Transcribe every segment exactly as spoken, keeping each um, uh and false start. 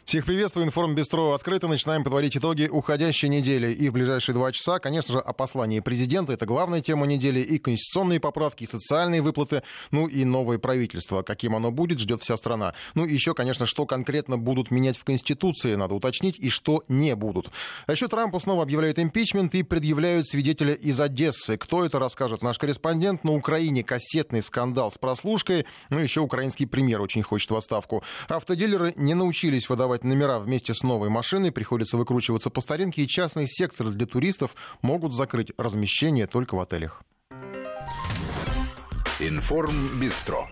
Всех приветствую. Информбистро открыто. Начинаем подводить итоги уходящей недели. И в ближайшие два часа, конечно же, о послании президента. Это главная тема недели. И конституционные поправки, и социальные выплаты. Ну и новое правительство. Каким оно будет, ждет вся страна. Ну и еще, конечно, что конкретно будут менять в Конституции, надо уточнить, и что не будут. А еще Трампу снова объявляют импичмент и предъявляют свидетеля из Одессы. Кто это, расскажет наш корреспондент. На Украине кассетный скандал с прослушкой. Ну еще украинский премьер очень хочет в отставку. Автодилеры не научились выдавать номера вместе с новой машиной, приходится выкручиваться по старинке, и частный сектор для туристов могут закрыть размещение только в отелях. Информбистро.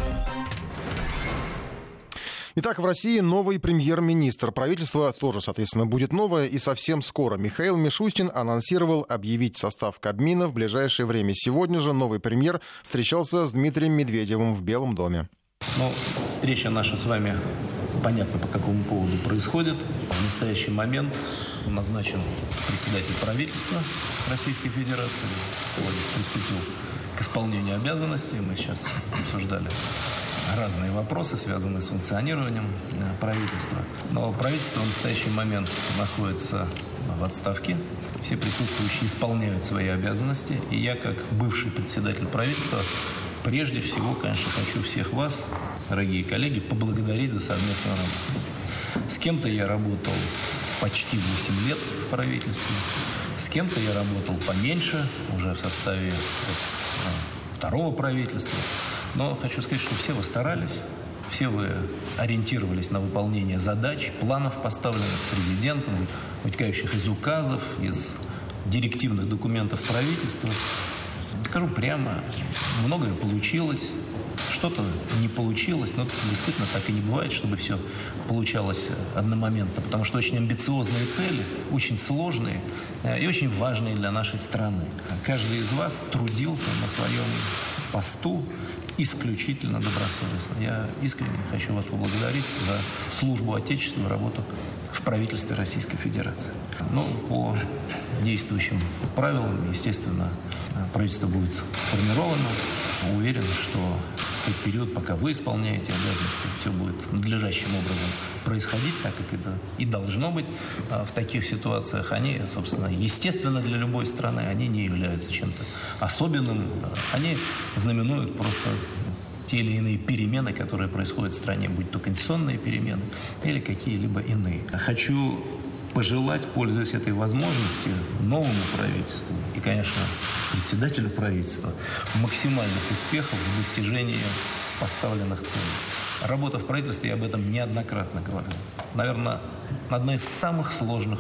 Итак, в России новый премьер-министр. Правительство тоже, соответственно, будет новое и совсем скоро. Михаил Мишустин анонсировал объявить состав Кабмина в ближайшее время. Сегодня же новый премьер встречался с Дмитрием Медведевым в Белом доме. Ну, встреча наша с вами понятно, по какому поводу происходит. В настоящий момент назначен председатель правительства Российской Федерации. Он приступил к исполнению обязанностей. Мы сейчас обсуждали разные вопросы, связанные с функционированием правительства. Но правительство в настоящий момент находится в отставке. Все присутствующие исполняют свои обязанности. И я, как бывший председатель правительства, прежде всего, конечно, хочу всех вас, дорогие коллеги, поблагодарить за совместную работу. С кем-то я работал почти восемь лет в правительстве, с кем-то я работал поменьше, уже в составе вот, второго правительства. Но хочу сказать, что все вы старались, все вы ориентировались на выполнение задач, планов, поставленных президентом, вытекающих из указов, из директивных документов правительства. Скажу прямо, многое получилось, что-то не получилось, но действительно так и не бывает, чтобы все получалось одномоментно, потому что очень амбициозные цели, очень сложные и очень важные для нашей страны. Каждый из вас трудился на своем посту исключительно добросовестно. Я искренне хочу вас поблагодарить за службу Отечеству и работу в правительстве Российской Федерации. Ну, по действующим правилам, естественно, правительство будет сформировано. Уверен, что в тот период, пока вы исполняете обязанности, все будет надлежащим образом происходить, так как это и должно быть в таких ситуациях. Они, собственно, естественно для любой страны, они не являются чем-то особенным. Они знаменуют просто те или иные перемены, которые происходят в стране, будь то конституционные перемены или какие-либо иные. Хочу пожелать, пользуясь этой возможностью, новому правительству и, конечно, председателю правительства максимальных успехов в достижении поставленных целей. Работа в правительстве, я об этом неоднократно говорил, наверное, одна из самых сложных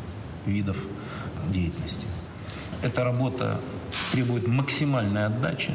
видов деятельности. Эта работа требует максимальной отдачи.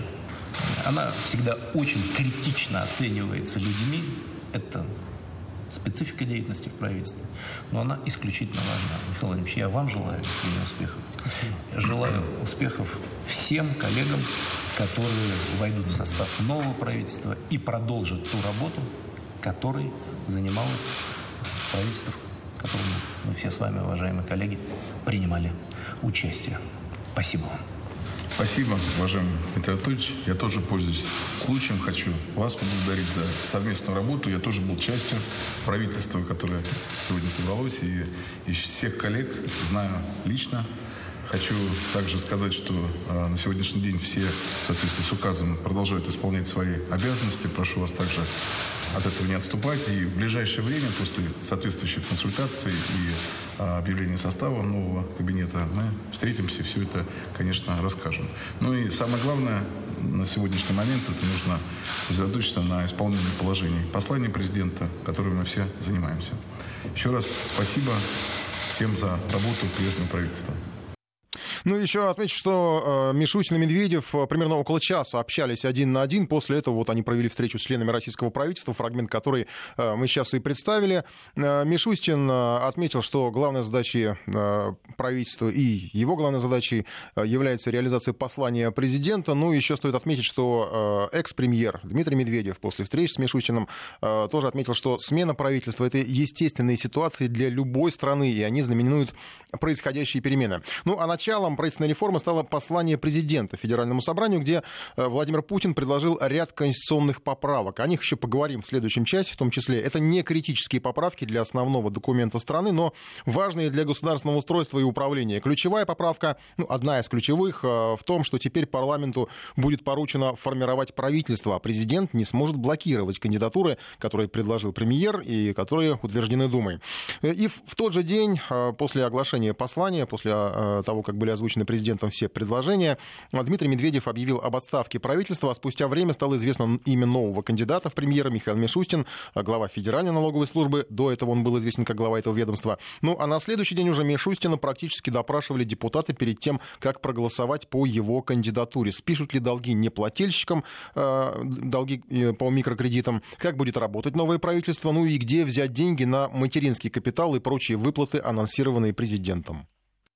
Она всегда очень критично оценивается людьми. Это специфика деятельности в правительстве. Но она исключительно важна. Михаил Владимирович, я вам желаю успехов. Спасибо. Желаю успехов всем коллегам, которые войдут в состав нового правительства и продолжат ту работу, которой занималось правительство, в котором мы все с вами, уважаемые коллеги, принимали участие. Спасибо вам. Спасибо, уважаемый Дмитрий Анатольевич. Я тоже пользуюсь случаем. Хочу вас поблагодарить за совместную работу. Я тоже был частью правительства, которое сегодня собралось. И из всех коллег знаю лично. Хочу также сказать, что э, на сегодняшний день все, в соответствии с указом, продолжают исполнять свои обязанности. Прошу вас также от этого не отступать. И в ближайшее время, после соответствующих консультаций и э, объявления состава нового кабинета, мы встретимся и все это, конечно, расскажем. Ну и самое главное на сегодняшний момент, это нужно сосредоточиться на исполнении положений послания президента, которым мы все занимаемся. Еще раз спасибо всем за работу прежнего правительства. Ну, еще отмечу, что э, Мишустин и Медведев э, примерно около часа общались один на один. После этого вот они провели встречу с членами российского правительства, фрагмент который э, мы сейчас и представили. Э, Мишустин э, отметил, что главной задачей э, правительства и его главной задачей э, является реализация послания президента. Ну, еще стоит отметить, что э, экс-премьер Дмитрий Медведев после встречи с Мишустиным э, тоже отметил, что смена правительства — это естественные ситуации для любой страны, и они знаменуют происходящие перемены. Ну, а началом правительственной реформы стало послание президента Федеральному собранию, где Владимир Путин предложил ряд конституционных поправок. О них еще поговорим в следующем часе, в том числе. Это не критические поправки для основного документа страны, но важные для государственного устройства и управления. Ключевая поправка, ну, одна из ключевых, в том, что теперь парламенту будет поручено формировать правительство, а президент не сможет блокировать кандидатуры, которые предложил премьер и которые утверждены Думой. И в тот же день, после оглашения послания, после того, как были озвучены президентом все предложения, Дмитрий Медведев объявил об отставке правительства, а спустя время стало известно имя нового кандидата в премьеры Михаил Мишустин, глава Федеральной налоговой службы. До этого он был известен как глава этого ведомства. Ну, а на следующий день уже Мишустина практически допрашивали депутаты перед тем, как проголосовать по его кандидатуре. Спишут ли долги неплательщикам, э, долги э, по микрокредитам, как будет работать новое правительство, ну и где взять деньги на материнский капитал и прочие выплаты, анонсированные президентом.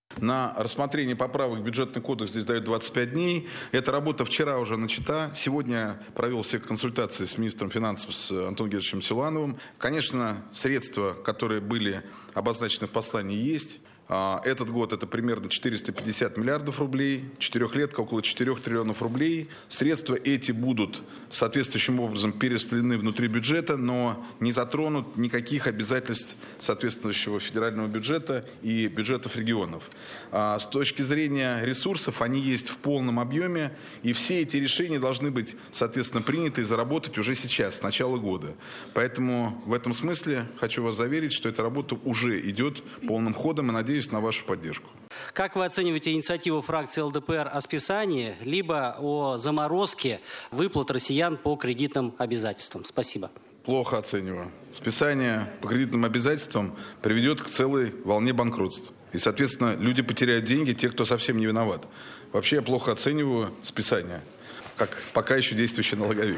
На рассмотрение поправок в бюджетный кодекс здесь дают двадцать пять дней. Эта работа вчера уже начата. Сегодня провел все консультации с министром финансов, с Антоном Гершевичем Силуановым. Конечно, средства, которые были обозначены в послании, есть. Этот год это примерно четыреста пятьдесят миллиардов рублей, четырехлетка около четырёх триллионов рублей. Средства эти будут соответствующим образом перераспределены внутри бюджета, но не затронут никаких обязательств соответствующего федерального бюджета и бюджетов регионов. С точки зрения ресурсов они есть в полном объеме, и все эти решения должны быть, соответственно, приняты и заработать уже сейчас, с начала года. Поэтому в этом смысле хочу вас заверить, что эта работа уже идет полным ходом, и надеюсь на вашу поддержку. Как вы оцениваете инициативу фракции эл дэ пэ эр о списании, либо о заморозке выплат россиян по кредитным обязательствам? Спасибо. Плохо оцениваю. Списание по кредитным обязательствам приведет к целой волне банкротств. И, соответственно, люди потеряют деньги, те, кто совсем не виноват. Вообще я плохо оцениваю списание, как пока еще действующий налоговик.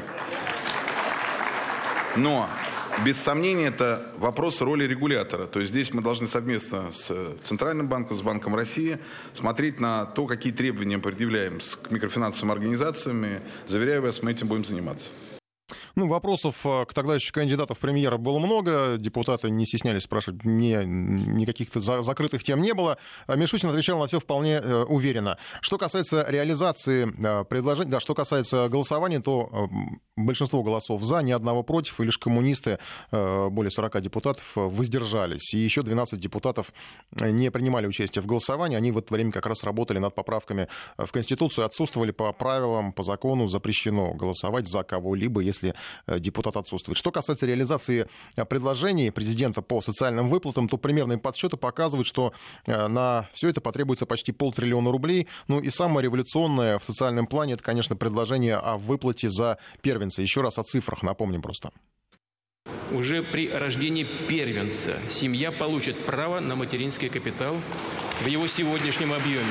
Но без сомнения, это вопрос роли регулятора. То есть здесь мы должны совместно с Центральным банком, с Банком России смотреть на то, какие требования предъявляем к микрофинансовым организациям. И, заверяю вас, мы этим будем заниматься. Ну, вопросов к тогда еще кандидатов в премьера было много. Депутаты не стеснялись спрашивать, не, никаких-то за, закрытых тем не было. Мишустин отвечал на все вполне э, уверенно. Что касается реализации э, предложений, да, что касается голосования, то э, большинство голосов за, ни одного против, и лишь коммунисты, э, более сорока депутатов, воздержались. И еще двенадцать депутатов не принимали участие в голосовании. Они в это время как раз работали над поправками в Конституцию, отсутствовали по правилам, по закону. Запрещено голосовать за кого-либо, если депутат отсутствует. Что касается реализации предложений президента по социальным выплатам, то примерные подсчеты показывают, что на все это потребуется почти полтриллиона рублей. Ну и самое революционное в социальном плане, это, конечно, предложение о выплате за первенца. Еще раз о цифрах напомним просто. Уже при рождении первенца семья получит право на материнский капитал в его сегодняшнем объеме.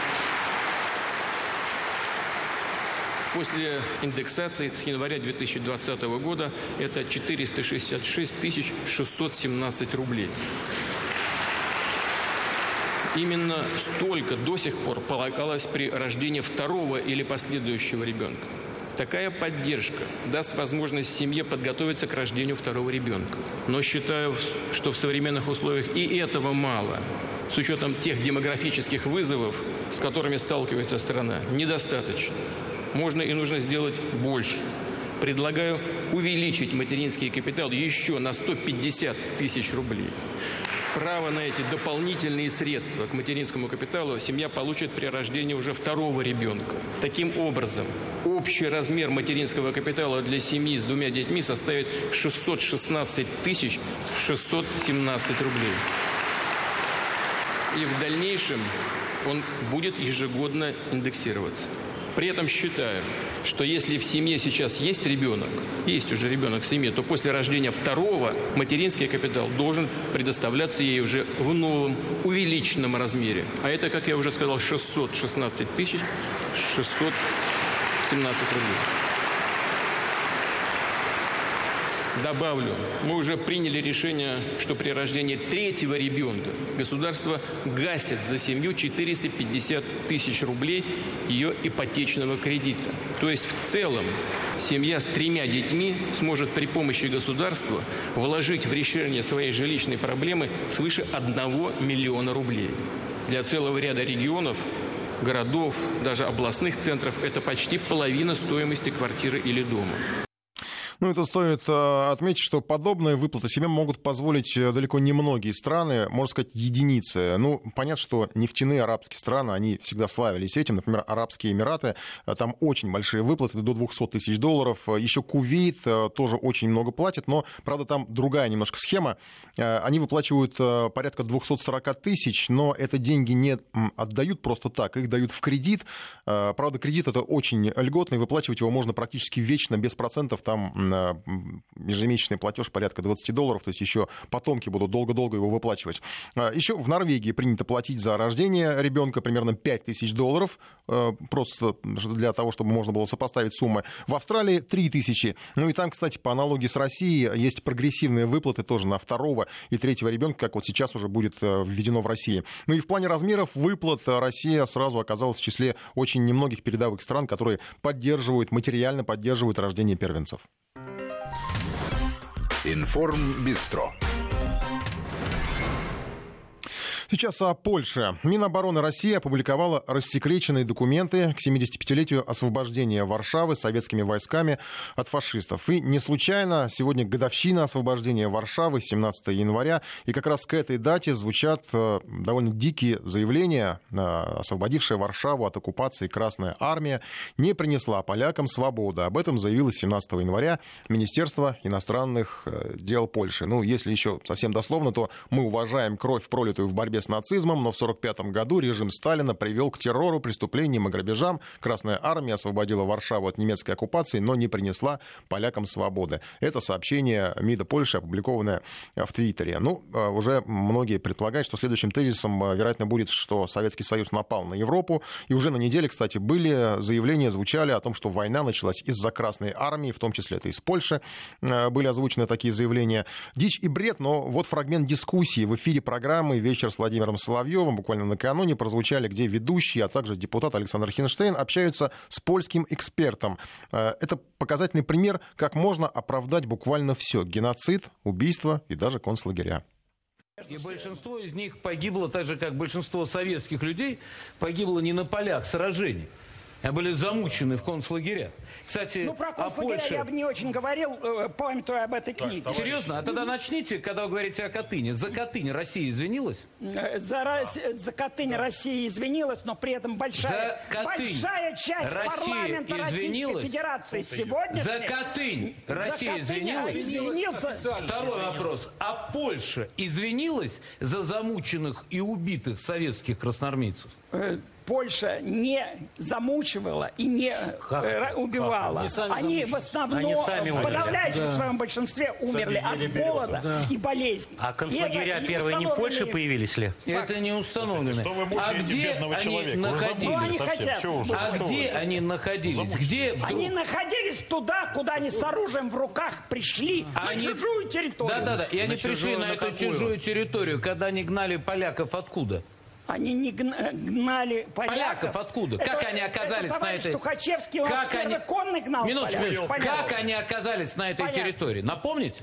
После индексации с января две тысячи двадцатого года это четыреста шестьдесят шесть тысяч шестьсот семнадцать рублей. Именно столько до сих пор полагалось при рождении второго или последующего ребенка. Такая поддержка даст возможность семье подготовиться к рождению второго ребенка. Но считаю, что в современных условиях и этого мало. С учетом тех демографических вызовов, с которыми сталкивается страна, недостаточно. Можно и нужно сделать больше. Предлагаю увеличить материнский капитал еще на сто пятьдесят тысяч рублей. Право на эти дополнительные средства к материнскому капиталу семья получит при рождении уже второго ребенка. Таким образом, общий размер материнского капитала для семьи с двумя детьми составит шестьсот шестнадцать тысяч шестьсот семнадцать рублей. И в дальнейшем он будет ежегодно индексироваться. При этом считаю, что если в семье сейчас есть ребенок, есть уже ребенок в семье, то после рождения второго материнский капитал должен предоставляться ей уже в новом увеличенном размере. А это, как я уже сказал, шестьсот шестнадцать тысяч шестьсот семнадцать рублей. Добавлю, мы уже приняли решение, что при рождении третьего ребенка государство гасит за семью четыреста пятьдесят тысяч рублей ее ипотечного кредита. То есть в целом семья с тремя детьми сможет при помощи государства вложить в решение своей жилищной проблемы свыше одного миллиона рублей. Для целого ряда регионов городов, даже областных центров, это почти половина стоимости квартиры или дома. Ну, это стоит э, отметить, что подобные выплаты себе могут позволить далеко не многие страны, можно сказать, единицы. Ну, понятно, что нефтяные арабские страны, они всегда славились этим. Например, Арабские Эмираты, э, там очень большие выплаты, до двести тысяч долларов. Еще Кувейт э, тоже очень много платит, но, правда, там другая немножко схема. Э, они выплачивают э, порядка двести сорок тысяч, но это деньги не отдают просто так, их дают в кредит. Э, правда, кредит это очень льготный, выплачивать его можно практически вечно, без процентов, там ежемесячный платеж порядка двадцать долларов, то есть еще потомки будут долго-долго его выплачивать. Еще в Норвегии принято платить за рождение ребенка примерно пять тысяч долларов, просто для того, чтобы можно было сопоставить суммы. В Австралии три тысячи. Ну и там, кстати, по аналогии с Россией, есть прогрессивные выплаты тоже на второго и третьего ребенка, как вот сейчас уже будет введено в России. Ну и в плане размеров выплат Россия сразу оказалась в числе очень немногих передовых стран, которые поддерживают, материально поддерживают рождение первенцев. Информбистро. Сейчас о Польше. Минобороны России опубликовала рассекреченные документы к семидесятипятилетию освобождения Варшавы советскими войсками от фашистов. И не случайно сегодня годовщина освобождения Варшавы, семнадцатого января. И как раз к этой дате звучат довольно дикие заявления. Освободившая Варшаву от оккупации Красная Армия не принесла полякам свободы. Об этом заявило семнадцатого января Министерство иностранных дел Польши. Ну, если еще совсем дословно, то мы уважаем кровь, пролитую в борьбе с нацизмом, но в сорок пятом году режим Сталина привел к террору, преступлениям и грабежам. Красная армия освободила Варшаву от немецкой оккупации, но не принесла полякам свободы. Это сообщение МИДа Польши, опубликованное в Твиттере. Ну, уже многие предполагают, что следующим тезисом, вероятно, будет, что Советский Союз напал на Европу. И уже на неделе, кстати, были заявления, звучали о том, что война началась из-за Красной армии, в том числе это из Польши были озвучены такие заявления. Дичь и бред, но вот фрагмент дискуссии в эфире программы «Вечер с Владимиром Соловьевым» буквально накануне прозвучали, где ведущий, а также депутат Александр Хинштейн общаются с польским экспертом. Это показательный пример, как можно оправдать буквально все: геноцид, убийство и даже концлагеря. И большинство из них погибло, так же как большинство советских людей, погибло не на полях сражений, а были замучены в концлагерях. Кстати, ну, про концлагеря Польше... я бы не очень говорил, памятуя об этой книге. Так, серьезно? А тогда начните, когда вы говорите о Катыни. За Катынь Россия извинилась? За, за Катынь Россия извинилась, но при этом большая, большая часть Россия парламента извинилась? Российской Федерации сегодня... За Катынь Россия за извинилась? извинился? Второй вопрос. А Польша извинилась за замученных и убитых советских красноармейцев? Польша не замучивала и не как? убивала. Они, они в основном, они в подавляющем да. своем большинстве умерли Забили от голода да. и болезней. А концлагеря первые не в Польше появились ли? Это не установлено. А где они находились? Ну, а где они находились? Где вдруг... Они находились туда, куда они с оружием в руках пришли, они... на чужую территорию. Да-да-да, и они на пришли на, на эту какую? чужую территорию, когда они гнали поляков откуда? Они не гнали поляков. Поляков откуда? Это, как они оказались это, на этой... Тухачевский, он как они... конный гнал Минуточку, поляков. Как они оказались на этой Поляк. территории? Напомните?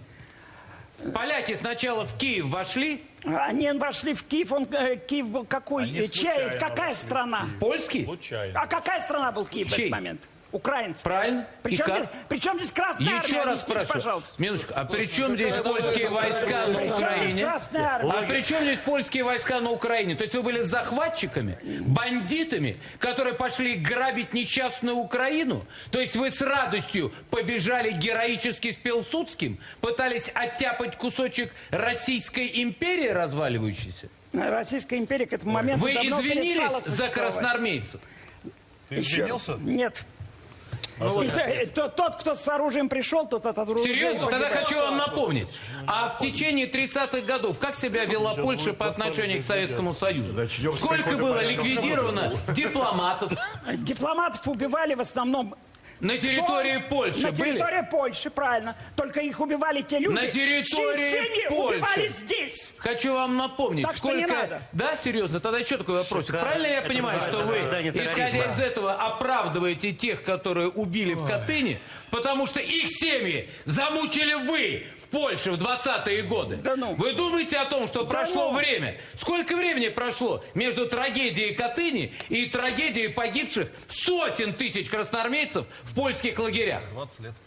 Поляки сначала в Киев вошли. Они вошли в Киев. Он, э, Киев был какой? Чей? Какая вошли. страна? Польский? Случайно. А какая страна был Киев Чей? в этот момент? Украинцы. Правильно. Причем, здесь, причем здесь Красная Армия? Еще раз спрашиваю. Пожалуйста. Минуточку. А при чем здесь польские войска на Украине? А при чем здесь польские войска на Украине? То есть вы были захватчиками, бандитами, которые пошли грабить несчастную Украину? То есть вы с радостью побежали героически с Пилсудским, пытались оттяпать кусочек Российской империи разваливающейся? Российская империя к этому моменту Вы давно извинились за красноармейцев? Ты извинился? Нет. Ну, вот тот, тот, кто с оружием пришел, тот от оружия. Серьезно? Тогда хочу вам напомнить. А в течение тридцатых годов как себя вела Польша по отношению к Советскому Союзу? Сколько было ликвидировано дипломатов? Дипломатов убивали в основном... На территории Кто? Польши На были? территории Польши, правильно. Только их убивали те люди, на территории чьи семьи Польши. убивали здесь. хочу вам напомнить, так сколько... Да, серьезно, тогда еще такой вопрос. Правильно я понимаю, что вы, исходя из этого, оправдываете тех, которые убили в Катыни, потому что их семьи замучили вы в Польше в двадцатые годы? Да ну. Вы думаете о том, что да прошло ну. время? Сколько времени прошло между трагедией Катыни и трагедией погибших сотен тысяч красноармейцев в польских лагерях? двадцать лет.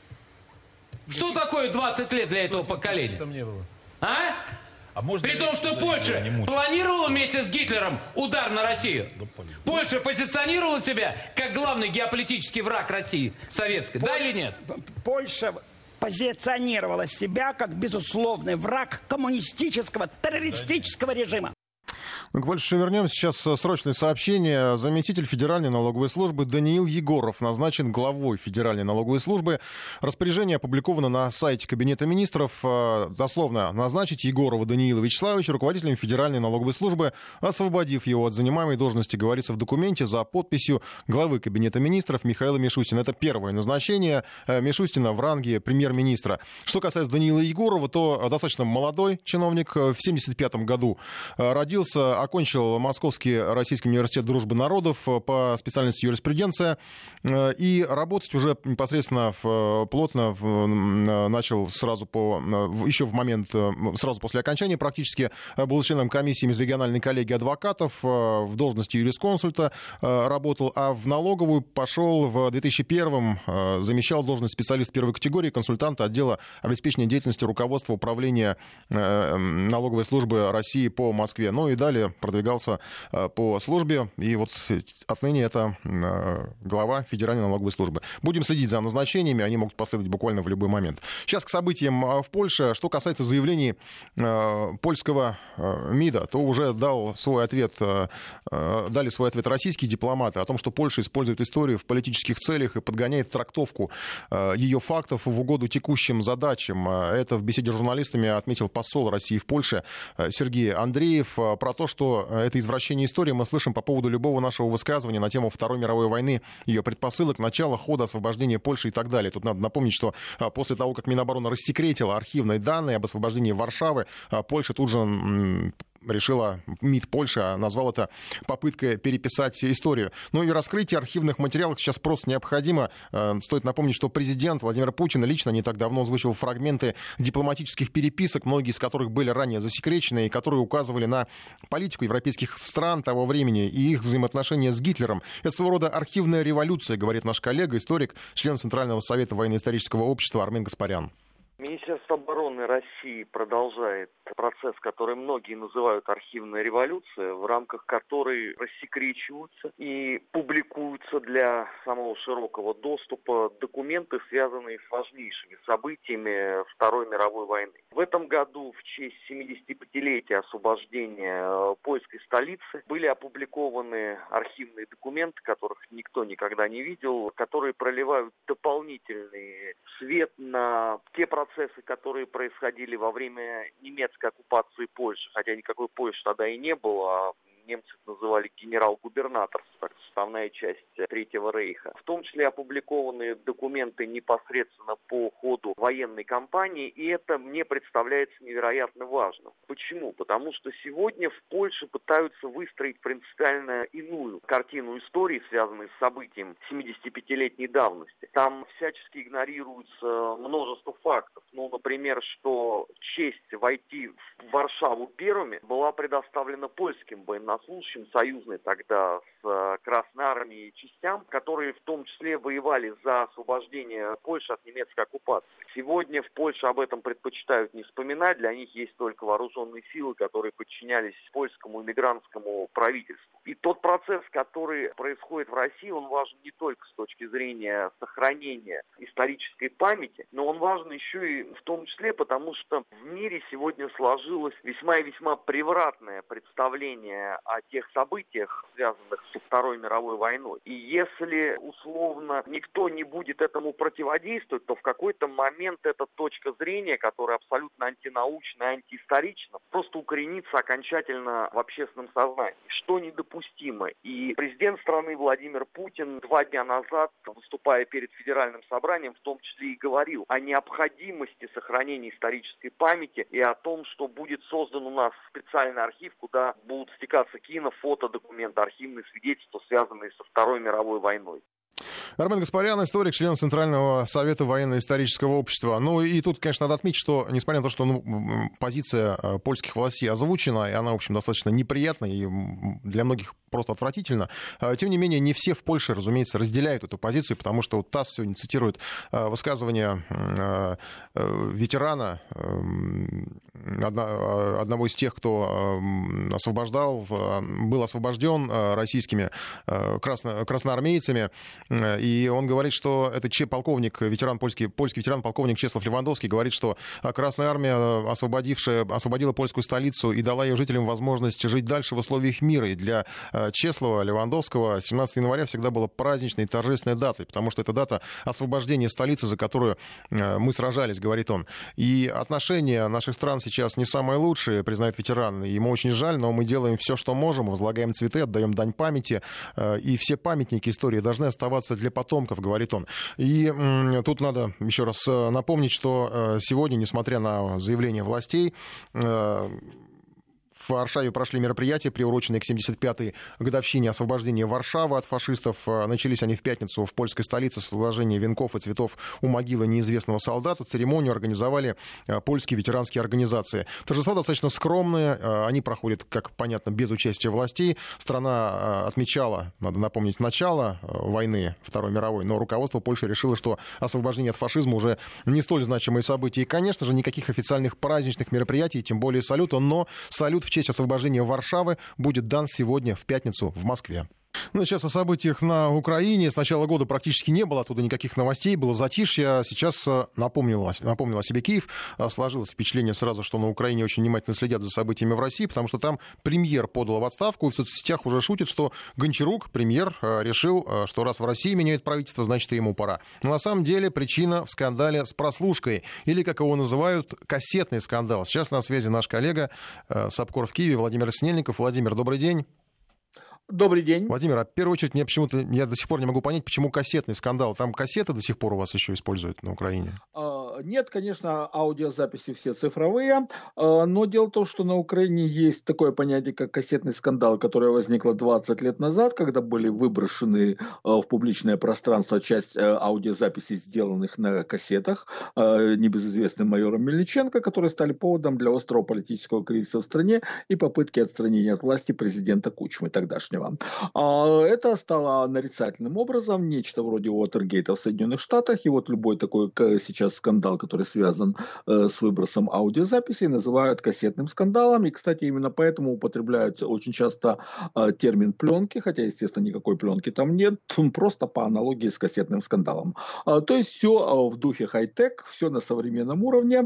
Что такое двадцать лет для этого поколения? Там не было. А? А может, При том, что Польша планировала вместе с Гитлером удар на Россию. Польша позиционировала себя как главный геополитический враг России советской. Пол... Да или нет? Польша позиционировала себя как безусловный враг коммунистического, террористического режима. Ну, к Польше вернемся. Сейчас срочное сообщение. Заместитель Федеральной налоговой службы Даниил Егоров назначен главой Федеральной налоговой службы. Распоряжение опубликовано на сайте Кабинета министров. Дословно: назначить Егорова Даниила Вячеславовича руководителем Федеральной налоговой службы, освободив его от занимаемой должности, говорится в документе за подписью главы Кабинета министров Михаила Мишустина. Это первое назначение Мишустина в ранге премьер-министра. Что касается Даниила Егорова, то достаточно молодой чиновник. В семьдесят пятом году родился, окончил Московский Российский университет дружбы народов по специальности юриспруденция и работать уже непосредственно в, плотно в, начал сразу по, еще в момент, сразу после окончания практически, был членом комиссии межрегиональной коллегии адвокатов, в должности юрисконсульта работал, а в налоговую пошел в две тысячи первом, замещал должность специалист первой категории, консультанта отдела обеспечения деятельности руководства управления налоговой службы России по Москве. Ну и далее продвигался по службе, и вот отныне это глава Федеральной налоговой службы. Будем следить за назначениями, они могут последовать буквально в любой момент. Сейчас к событиям в Польше. Что касается заявлений польского МИДа, то уже дал свой ответ, дали свой ответ российские дипломаты о том, что Польша использует историю в политических целях и подгоняет трактовку ее фактов в угоду текущим задачам. Это в беседе с журналистами отметил посол России в Польше Сергей Андреев. Про то, что это извращение истории, мы слышим по поводу любого нашего высказывания на тему Второй мировой войны, ее предпосылок, начала, хода, освобождения Польши и так далее. Тут надо напомнить, что после того, как Минобороны рассекретила архивные данные об освобождении Варшавы, Польша тут же решила, МИД Польши назвал это попыткой переписать историю. Ну и раскрытие архивных материалов сейчас просто необходимо. Стоит напомнить, что президент Владимир Путин лично не так давно озвучил фрагменты дипломатических переписок, многие из которых были ранее засекречены и которые указывали на политику европейских стран того времени и их взаимоотношения с Гитлером. Это своего рода архивная революция, говорит наш коллега, историк, член Центрального совета военно-исторического общества Армен Гаспарян. Министерство обороны России продолжает процесс, который многие называют архивной революцией, в рамках которой рассекречиваются и публикуются для самого широкого доступа документы, связанные с важнейшими событиями Второй мировой войны. В этом году в честь семидесятипятилетия освобождения польской столицы были опубликованы архивные документы, которых никто никогда не видел, которые проливают дополнительный свет на те процессы, процессы, которые происходили во время немецкой оккупации Польши, хотя никакой Польши тогда и не было, а немцы называли генерал-губернаторство, как составная часть Третьего рейха. В том числе опубликованы документы непосредственно по ходу военной кампании, и это мне представляется невероятно важным. Почему? Потому что сегодня в Польше пытаются выстроить принципиально иную картину истории, связанной с событием семидесятипятилетней давности. Там всячески игнорируется множество фактов. Ну, например, что честь войти в Варшаву первыми была предоставлена польским военнослужащим, союзной тогда с Красной Армией частям, которые в том числе воевали за освобождение Польши от немецкой оккупации. Сегодня в Польше об этом предпочитают не вспоминать, для них есть только вооруженные силы, которые подчинялись польскому иммигрантскому правительству. И тот процесс, который происходит в России, он важен не только с точки зрения сохранения исторической памяти, но он важен еще и в том числе потому, что в мире сегодня сложилось весьма и весьма превратное представление о тех событиях, связанных со Второй мировой войной. И если, условно, никто не будет этому противодействовать, то в какой-то момент эта точка зрения, которая абсолютно антинаучная, антиисторична, просто укоренится окончательно в общественном сознании, что недопустимо. И президент страны Владимир Путин два дня назад, выступая перед Федеральным собранием, в том числе и говорил о необходимости сохранения исторической памяти и о том, что будет создан у нас специальный архив, куда будут стекаться кино, фото, документы, архивные свидетельства, связанные со Второй мировой войной. Армен Гаспарян, историк, член Центрального совета военно-исторического общества. Ну и тут, конечно, надо отметить, что, несмотря на то, что ну, позиция польских властей озвучена, и она, в общем, достаточно неприятна и для многих просто отвратительно, тем не менее, не все в Польше, разумеется, разделяют эту позицию, потому что вот ТАСС сегодня цитирует высказывание ветерана, одного из тех, кто освобождал, был освобожден российскими красно, красноармейцами, и он говорит, что это полковник, ветеран, польский, польский ветеран, полковник Чеслав Левандовский, говорит, что Красная Армия, освободившая, освободила польскую столицу и дала ее жителям возможность жить дальше в условиях мира. И для Чеслава Левандовского семнадцатого января всегда была праздничной и торжественной датой, потому что это дата освобождения столицы, за которую мы сражались, говорит он. И отношения наших стран сейчас не самые лучшие, признает ветеран. Ему очень жаль, но мы делаем все, что можем, возлагаем цветы, отдаем дань памяти, и все памятники истории должны оставаться для потомков, говорит он. И м, тут надо еще раз напомнить, что э, сегодня, несмотря на заявление властей, э, в Варшаве прошли мероприятия, приуроченные к семьдесят пятой годовщине освобождения Варшавы от фашистов. Начались они в пятницу в польской столице с возложения венков и цветов у могилы неизвестного солдата. Церемонию организовали польские ветеранские организации. Торжества достаточно скромные, они проходят, как понятно, без участия властей. Страна отмечала, надо напомнить, начало войны Второй мировой, но руководство Польши решило, что освобождение от фашизма уже не столь значимые события. И, конечно же, никаких официальных праздничных мероприятий, тем более салюта, но салют в честь освобождения Варшавы будет дан сегодня в пятницу в Москве. Ну, сейчас о событиях на Украине. С начала года практически не было оттуда никаких новостей, было затишье. Сейчас напомнил, напомнил о себе Киев. Сложилось впечатление сразу, что на Украине очень внимательно следят за событиями в России, потому что там премьер подал в отставку, и в соцсетях уже шутит, что Гончарук, премьер, решил, что раз в России меняют правительство, значит, и ему пора. Но на самом деле причина в скандале с прослушкой, или, как его называют, кассетный скандал. Сейчас на связи наш коллега САПКОР в Киеве Владимир Снельников. Владимир, добрый день. Добрый день. Владимир, а в первую очередь мне почему-то, я до сих пор не могу понять, почему кассетный скандал. Там кассеты до сих пор у вас еще используют на Украине? Нет, конечно, аудиозаписи все цифровые, но дело в том, что на Украине есть такое понятие, как кассетный скандал, которое возникло двадцать лет назад, когда были выброшены в публичное пространство часть аудиозаписей, сделанных на кассетах небезызвестным майором Мельниченко, которые стали поводом для острого политического кризиса в стране и попытки отстранения от власти президента Кучмы тогдашнего. Это стало нарицательным образом, нечто вроде Уотергейта в Соединенных Штатах, и вот любой такой сейчас скандал, который связан с выбросом аудиозаписей, называют кассетным скандалом, и, кстати, именно поэтому употребляют очень часто термин пленки, хотя, естественно, никакой пленки там нет, просто по аналогии с кассетным скандалом. То есть все в духе хай-тек, все на современном уровне,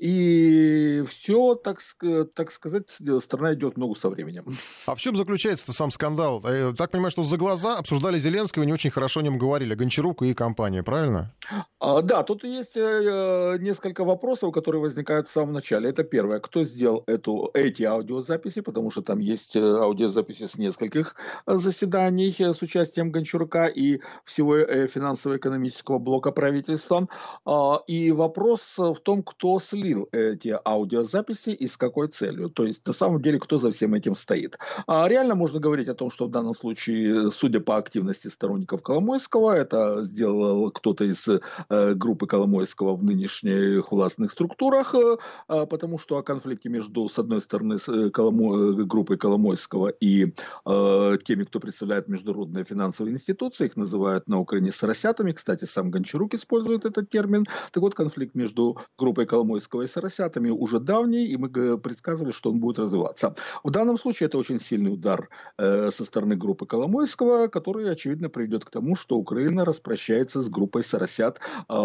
и все, так, так сказать, страна идет ногу со временем. А в чем заключается сам скандал? Так понимаю, что за глаза обсуждали Зеленского и не очень хорошо о нем говорили. Гончарук и компания, правильно? А, да, тут есть э, несколько вопросов, которые возникают в самом начале. Это первое, кто сделал эту, эти аудиозаписи, потому что там есть аудиозаписи с нескольких заседаний с участием Гончарука и всего э, финансово-экономического блока правительства. А, и вопрос в том, кто слил эти аудиозаписи и с какой целью. То есть, на самом деле, кто за всем этим стоит. А, реально можно говорить о том, что в данном случае, судя по активности сторонников Коломойского, это сделал кто-то из э, группы Коломойского в нынешних властных структурах, э, потому что о конфликте между, с одной стороны, с Коломо, группой Коломойского и э, теми, кто представляет международные финансовые институции, их называют на Украине соросятами, кстати, сам Гончарук использует этот термин. Так вот, конфликт между группой Коломойского и соросятами уже давний, и мы предсказывали, что он будет развиваться. В данном случае это очень сильный удар э, со стороны группы Коломойского, который, очевидно, приведет к тому, что Украина распрощается с группой «Соросят»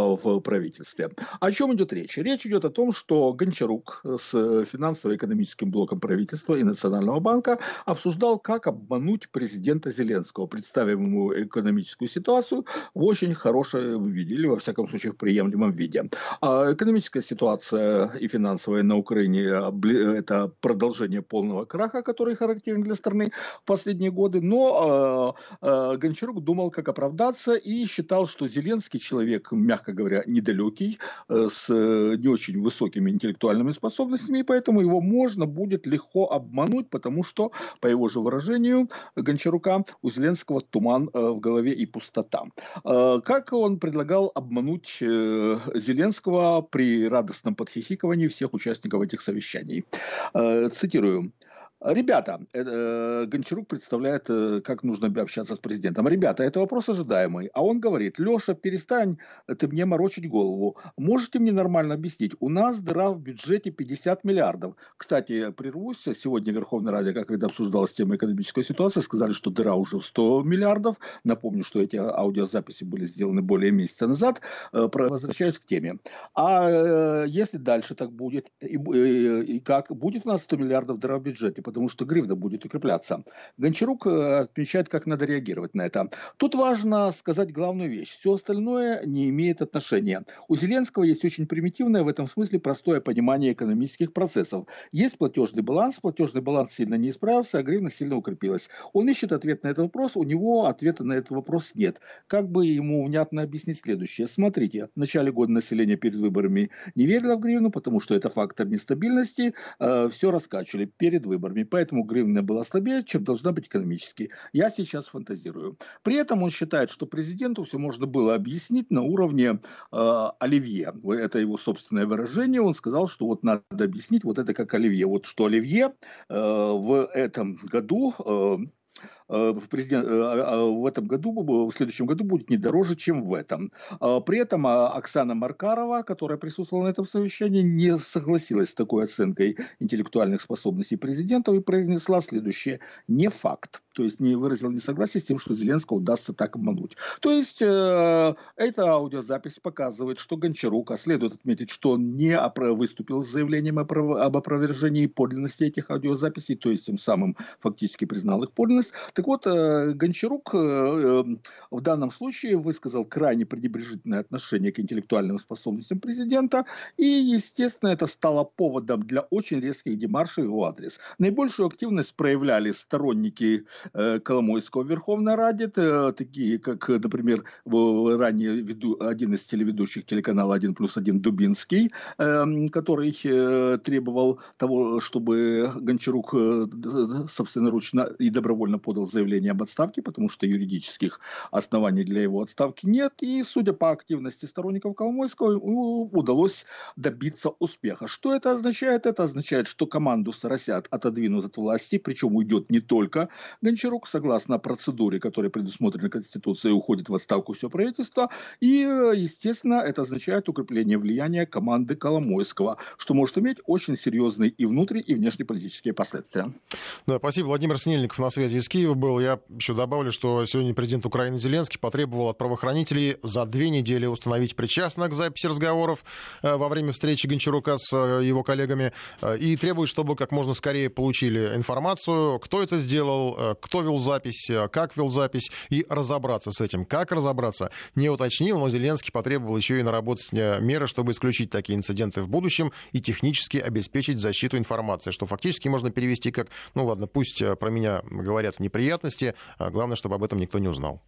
в правительстве. О чем идет речь? Речь идет о том, что Гончарук с финансово-экономическим блоком правительства и Национального банка обсуждал, как обмануть президента Зеленского, представив ему экономическую ситуацию в очень хорошем виде, или, во всяком случае, в приемлемом виде. А экономическая ситуация и финансовая на Украине – это продолжение полного краха, который характерен для страны в последние годы, но э, э, Гончарук думал, как оправдаться, и считал, что Зеленский человек, мягко говоря, недалекий, э, с не очень высокими интеллектуальными способностями, и поэтому его можно будет легко обмануть, потому что, по его же выражению, Гончарука, у Зеленского туман э, в голове и пустота. Э, как он предлагал обмануть э, Зеленского при радостном подхихикивании всех участников этих совещаний? Э, цитирую. Ребята, э, Гончарук представляет, э, как нужно общаться с президентом. Ребята, это вопрос ожидаемый. А он говорит: Леша, перестань ты мне морочить голову. Можете мне нормально объяснить? У нас дыра в бюджете пятьдесят миллиардов. Кстати, прервусь. Сегодня Верховная Рада, как когда обсуждалась тема экономической ситуации, сказали, что дыра уже в сто миллиардов. Напомню, что эти аудиозаписи были сделаны более месяца назад. Э, возвращаюсь к теме. А э, если дальше так будет, и, и, и как? Будет у нас сто миллиардов дыра в бюджете? Потому что гривна будет укрепляться. Гончарук отмечает, как надо реагировать на это. Тут важно сказать главную вещь. Все остальное не имеет отношения. У Зеленского есть очень примитивное, в этом смысле простое понимание экономических процессов. Есть платежный баланс, платежный баланс сильно не исправился, а гривна сильно укрепилась. Он ищет ответ на этот вопрос, у него ответа на этот вопрос нет. Как бы ему внятно объяснить следующее? Смотрите, в начале года население перед выборами не верило в гривну, потому что это фактор нестабильности, э, все раскачивали перед выборами. Поэтому гривна была слабее, чем должна быть экономически. Я сейчас фантазирую. При этом он считает, что президенту все можно было объяснить на уровне э, оливье. Это его собственное выражение. Он сказал, что вот надо объяснить вот это как оливье. Вот что оливье э, в этом году... Э, Президент, в этом году, в следующем году будет не дороже, чем в этом. При этом Оксана Маркарова, которая присутствовала на этом совещании, не согласилась с такой оценкой интеллектуальных способностей президента и произнесла следующее: не факт. То есть не выразила несогласие с тем, что Зеленского удастся так обмануть. То есть э, эта аудиозапись показывает, что Гончарук, а следует отметить, что он не выступил с заявлением об опровержении подлинности этих аудиозаписей, то есть тем самым фактически признал их подлинность. Так вот, э, Гончарук э, в данном случае высказал крайне пренебрежительное отношение к интеллектуальным способностям президента, и, естественно, это стало поводом для очень резких демаршей в его адрес. Наибольшую активность проявляли сторонники Коломойского в Верховной Раде, такие как, например, ранее веду, один из телеведущих телеканала один плюс один Дубинский, который требовал того, чтобы Гончарук собственноручно и добровольно подал заявление об отставке, потому что юридических оснований для его отставки нет, и, судя по активности сторонников Коломойского, удалось добиться успеха. Что это означает? Это означает, что команду «Соросят» отодвинут от власти, причем уйдет не только Гончарук, согласно процедуре, которая предусмотрена Конституцией, уходит в отставку все правительство. И, естественно, это означает укрепление влияния команды Коломойского, что может иметь очень серьезные и внутренние, и внешнеполитические последствия. Да, спасибо. Владимир Снельников на связи из Киева был. Я еще добавлю, что сегодня президент Украины Зеленский потребовал от правоохранителей за две недели установить причастных к записи разговоров во время встречи Гончарука с его коллегами и требует, чтобы как можно скорее получили информацию, кто это сделал, кто вел запись, как вел запись, и разобраться с этим. Как разобраться, не уточнил, но Зеленский потребовал еще и наработать меры, чтобы исключить такие инциденты в будущем и технически обеспечить защиту информации, что фактически можно перевести как, ну ладно, пусть про меня говорят неприятности, а главное, чтобы об этом никто не узнал.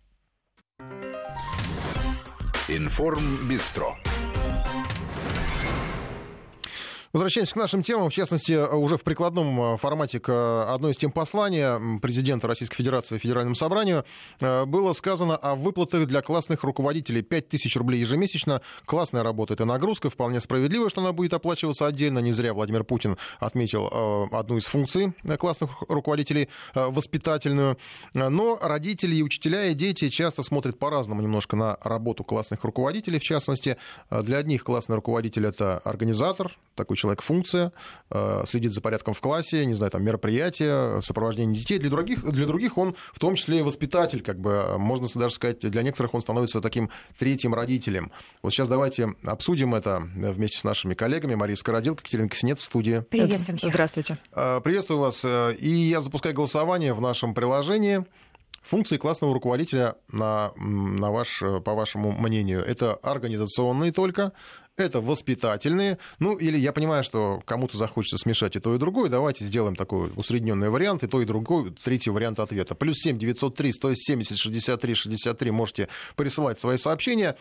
Информбистро. Возвращаемся к нашим темам, в частности, уже в прикладном формате к одной из тем послания президента Российской Федерации Федеральному собранию было сказано о выплатах для классных руководителей. пять тысяч рублей ежемесячно. Классная работа — это нагрузка, вполне справедливо, что она будет оплачиваться отдельно. Не зря Владимир Путин отметил одну из функций классных руководителей — воспитательную. Но родители и учителя, и дети часто смотрят по-разному немножко на работу классных руководителей. В частности, для одних классный руководитель — это организатор, такой человек-функция, следит за порядком в классе, не знаю, там, мероприятия, сопровождение детей. Для других, для других он в том числе и воспитатель, как бы, можно даже сказать, для некоторых он становится таким третьим родителем. Вот сейчас давайте обсудим это вместе с нашими коллегами. Мария Скородилка, Екатерина Косинец в студии. Приветствуем всех. Здравствуйте. Приветствую вас. И я запускаю голосование в нашем приложении. Функции классного руководителя, на, на ваш, по вашему мнению, это организационные только, это воспитательные, ну или я понимаю, что кому-то захочется смешать и то, и другое, давайте сделаем такой усредненный вариант, и то, и другой, третий вариант ответа. Плюс семь девятьсот три сто семьдесят шестьдесят три шестьдесят три можете присылать свои сообщения,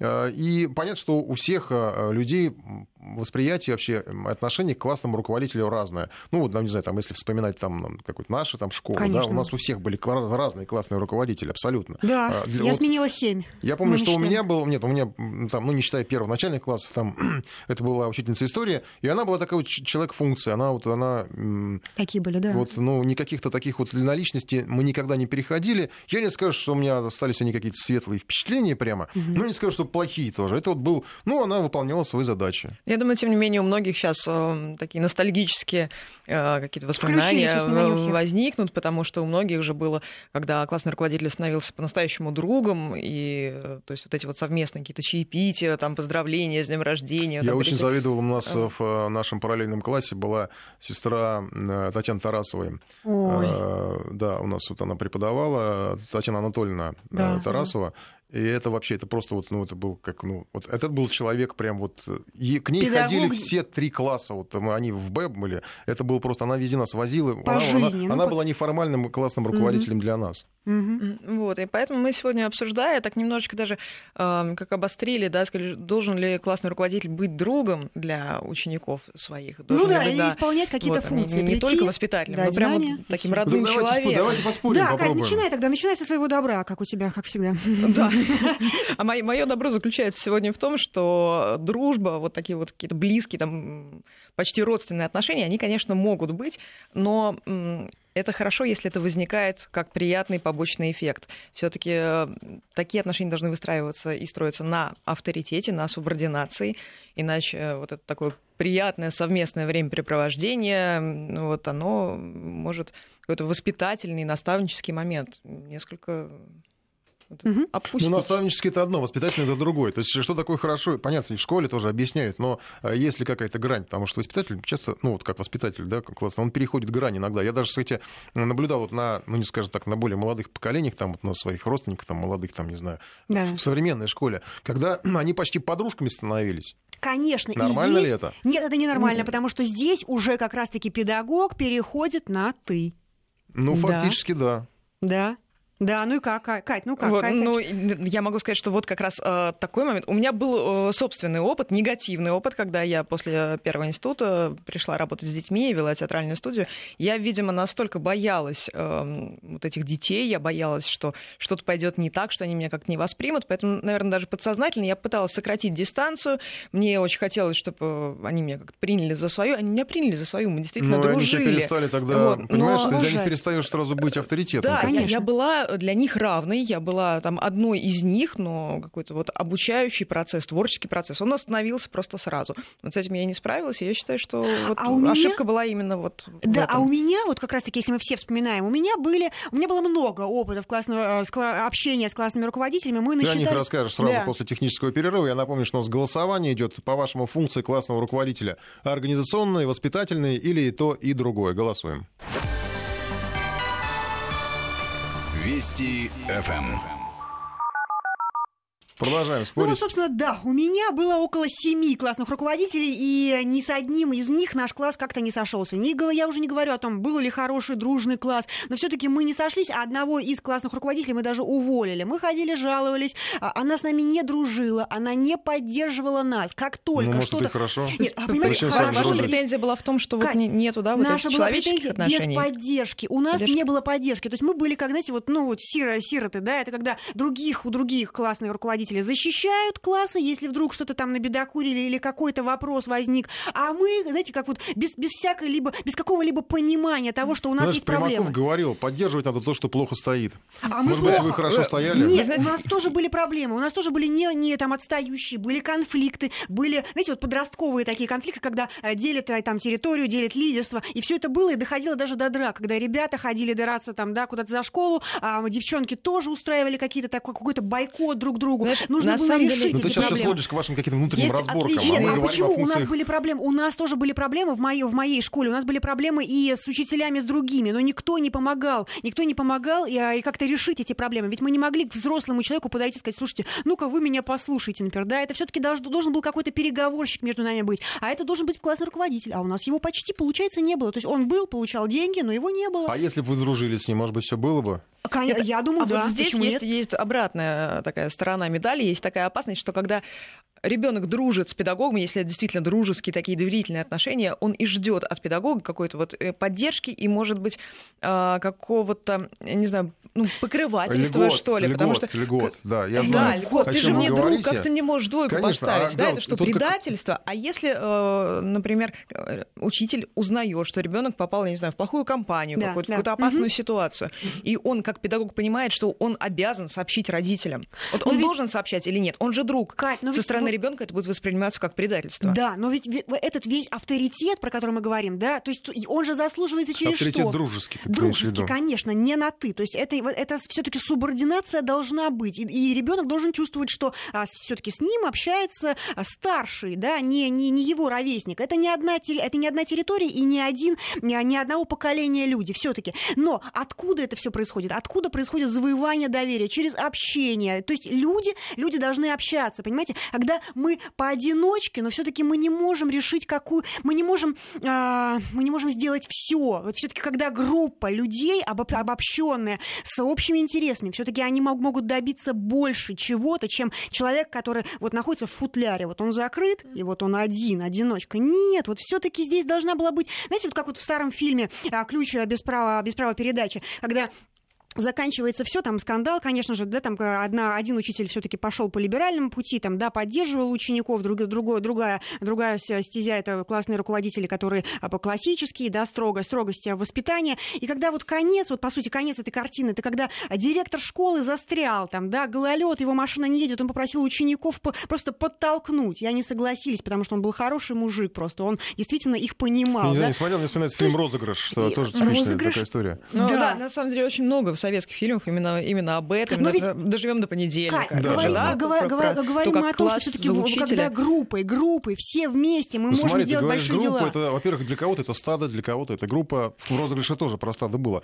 и понятно, что у всех людей восприятие вообще отношение к классному руководителю разное. Ну, вот, не знаю, там, если вспоминать там какую-то нашу там школу, да, у нас у всех были разные классные руководители, абсолютно. Да, Для, я вот, сменила семь. Я помню, что считаем. у меня был, нет, у меня там, ну, не считая первых начальных классов, там, это была учительница истории, и она была такая вот человек-функция, она вот, она... Такие были, да. Вот, ну, никаких-то таких вот на личности мы никогда не переходили. Я не скажу, что у меня остались они какие-то светлые впечатления прямо, угу. но не скажу, что плохие тоже. Это вот был, ну, она выполняла свои задачи. Я думаю, тем не менее, у многих сейчас э, такие ностальгические э, какие-то воспоминания, воспоминания возникнут, потому что у многих же было, когда классный руководитель становился по-настоящему другом, и э, то есть вот эти вот совместные какие-то чаепития, там, поздравления с днем рождения. Я там, очень эти... завидовал, у нас а... в нашем параллельном классе была сестра Татьяны Тарасовой. Ой. Э, да, у нас вот она преподавала, Татьяна Анатольевна да, Тарасова. Да. И это вообще, это просто вот, ну, это был как, ну, вот этот был человек прям вот, и к ней Педагог... ходили все три класса, вот они в Б были, это было просто, она везде нас возила, по она, жизни, она, ну, она по... была неформальным классным руководителем mm-hmm. для нас. Mm-hmm. Вот, и поэтому мы сегодня, обсуждая, так немножечко даже э, как обострили, да, сказали, должен ли классный руководитель быть другом для учеников своих? Должен ну да, или да, исполнять какие-то вот, функции. Не, не только воспитательным, но прям вот таким родным ну, человеком. Давайте поспорим, да, попробуем. Кать, начинай тогда, начинай со своего добра, как у тебя, как всегда. Да. А мое добро заключается сегодня в том, что дружба, вот такие вот какие-то близкие, там, почти родственные отношения, они, конечно, могут быть, но это хорошо, если это возникает как приятный побочный эффект. Все-таки такие отношения должны выстраиваться и строиться на авторитете, на субординации, иначе вот это такое приятное совместное времяпрепровождение, вот оно может какой-то воспитательный, наставнический момент несколько... Угу. Ну, наставнический — это одно, воспитательный — это другое. То есть, что такое хорошо, понятно, в школе тоже объясняют, но есть ли какая-то грань? Потому что воспитатель часто, ну, вот как воспитатель, да, классно, он переходит грань иногда. Я даже, кстати, наблюдал вот на, ну, не скажем так, на более молодых поколениях, там, вот на своих родственниках, там, молодых, там, не знаю, да. в современной школе, когда они почти подружками становились. Конечно. Нормально и здесь... ли это? Нет, это ненормально, mm. потому что здесь уже как раз-таки педагог переходит на «ты». Ну, фактически, да. Да. Да, ну и как, Кать, ну как? Вот, Кать, ну, я могу сказать, что вот как раз э, такой момент. У меня был э, собственный опыт, негативный опыт, когда я после первого института пришла работать с детьми, вела театральную студию. Я, видимо, настолько боялась э, вот этих детей, я боялась, что что-то пойдет не так, что они меня как-то не воспримут, поэтому, наверное, даже подсознательно я пыталась сократить дистанцию. Мне очень хотелось, чтобы они меня как-то приняли за свою. Они меня приняли за свою, мы действительно ну, дружили. Они тебя перестали тогда, вот, понимаешь, но... ты для них перестаешь сразу быть авторитетом. Да, я, я была для них равной, я была там одной из них, но какой-то вот обучающий процесс, творческий процесс, он остановился просто сразу. Вот с этим я не справилась, и я считаю, что вот а ошибка меня... была именно вот да, в этом. А у меня, вот как раз-таки, если мы все вспоминаем, у меня были, у меня было много опытов классного, общения с классными руководителями. Мы Ты насчитали... о них расскажешь сразу да. после технического перерыва. Я напомню, что у нас голосование идет по вашему функции классного руководителя. Организационные, воспитательные или и то, и другое. Голосуем. Вести эф эм. Продолжаем спорить. Ну, собственно, да, у меня было около семи классных руководителей, и ни с одним из них наш класс как-то не сошелся. Я уже не говорю о том, был ли хороший, дружный класс, но все-таки мы не сошлись, а одного из классных руководителей мы даже уволили. Мы ходили, жаловались, она с нами не дружила, она не поддерживала нас. Как только ну, может, что-то... это хорошо. Нет, а, понимаете, ваша претензия была в том, что Кать, вот нету, да, вот этих человеческих отношений. Без поддержки. У нас поддержки. не было поддержки. То есть мы были, как, знаете, вот, ну, вот сиро, сироты, да, это когда других, у других классных руководителей руководители защищают классы, если вдруг что-то там набедокурили или какой-то вопрос возник, а мы, знаете, как вот без, без всякой либо, без какого-либо понимания того, что у нас Знаешь, есть проблемы. Примаков говорил, поддерживать надо то, что плохо стоит. А Может мы быть, плохо. вы хорошо стояли? Нет, у нас тоже были проблемы, у нас тоже были не, не там отстающие, были конфликты, были, знаете, вот подростковые такие конфликты, когда делят там территорию, делят лидерство, и все это было и доходило даже до драк, когда ребята ходили драться там, да, куда-то за школу, а девчонки тоже устраивали какие-то такой какой-то бойкот друг другу. Знаешь, нужно было решить деле... эти ну, ты сейчас проблемы. все сводишь к вашим каким-то внутренним Есть разборкам. Нет, а, а почему? функциях... У нас были проблемы. У нас тоже были проблемы в моей, в моей школе. У нас были проблемы и с учителями, с другими. Но никто не помогал. Никто не помогал и, и как-то решить эти проблемы. Ведь мы не могли к взрослому человеку подойти и сказать: слушайте, ну-ка вы меня послушайте, например. Да, это все-таки должен, должен был какой-то переговорщик между нами быть. А это должен быть классный руководитель. А у нас его почти, получается, не было. То есть он был, получал деньги, но его не было. А если бы вы сдружились с ним, может быть, все было бы? Это, я думаю, а да. Вот здесь есть, есть обратная такая сторона медали, есть такая опасность, что когда ребенок дружит с педагогом, если это действительно дружеские такие доверительные отношения, он и ждет от педагога какой-то вот поддержки и, может быть, какого-то, не знаю, ну, покрывательства, льгот, что ли. Льгот, потому что... льгот, да, я да, знаю. льгот, ты же мне друг, как ты мне можешь двойку Конечно, поставить? а, да, да, это что, тут предательство? как... А если, например, учитель узнает, что ребенок попал, я не знаю, в плохую компанию, да, какую-то, да. в какую-то опасную угу. ситуацию, и он, как педагог, понимает, что он обязан сообщить родителям. Вот он ведь... должен сообщать или нет? Он же друг. Кать, Со ведь... стороны ребенка это будет восприниматься как предательство. Да, но ведь этот весь авторитет, про который мы говорим, да, то есть он же заслуживается через авторитет что? Авторитет дружеский. Ты дружеский, конечно, не на ты. То есть это, это все-таки субординация должна быть. И, и ребенок должен чувствовать, что а, все-таки с ним общается а, старший, да, не, не, не его ровесник. Это не одна, это не одна территория и не, один, не, не одного поколения люди все-таки. Но откуда это все происходит? Откуда происходит завоевание доверия? Через общение. То есть люди, люди должны общаться, понимаете? Когда мы поодиночке, но все-таки мы не можем решить какую... Мы не можем, э, мы не можем сделать все. Вот все-таки когда группа людей обобщенная с общими интересами, все-таки они могут добиться больше чего-то, чем человек, который вот находится в футляре. Вот он закрыт, и вот он один, одиночка. Нет, вот все-таки здесь должна была быть... Знаете, вот как вот в старом фильме «Ключ без права, без права передачи», когда заканчивается все, там скандал, конечно же, да, там одна, один учитель все-таки пошел по либеральному пути, там, да, поддерживал учеников, друг, другой, другая, другая стезя — это классные руководители, которые по классические, да, строго, строгость воспитания. И когда вот конец, вот по сути конец этой картины, это когда директор школы застрял, там, да, гололед, его машина не едет, он попросил учеников по- просто подтолкнуть, и они согласились, потому что он был хороший мужик просто, он действительно их понимал. Я да? не смотрел, мне вспоминается фильм «Розыгрыш», что тоже типичная Розыгрыш... такая история. Ну, да. да, на самом деле очень много советских фильмов именно, именно об этом. Но именно ведь... Доживем до понедельника. Кать, да, говорим, да, говор, про, говор, про говорим то, мы о том, что все-таки когда группой, группой, все вместе, мы ну, можем смотри, сделать большие группа, дела. Это, во-первых, для кого-то это стадо, для кого-то это группа. В «Розыгрыше» тоже про стадо было.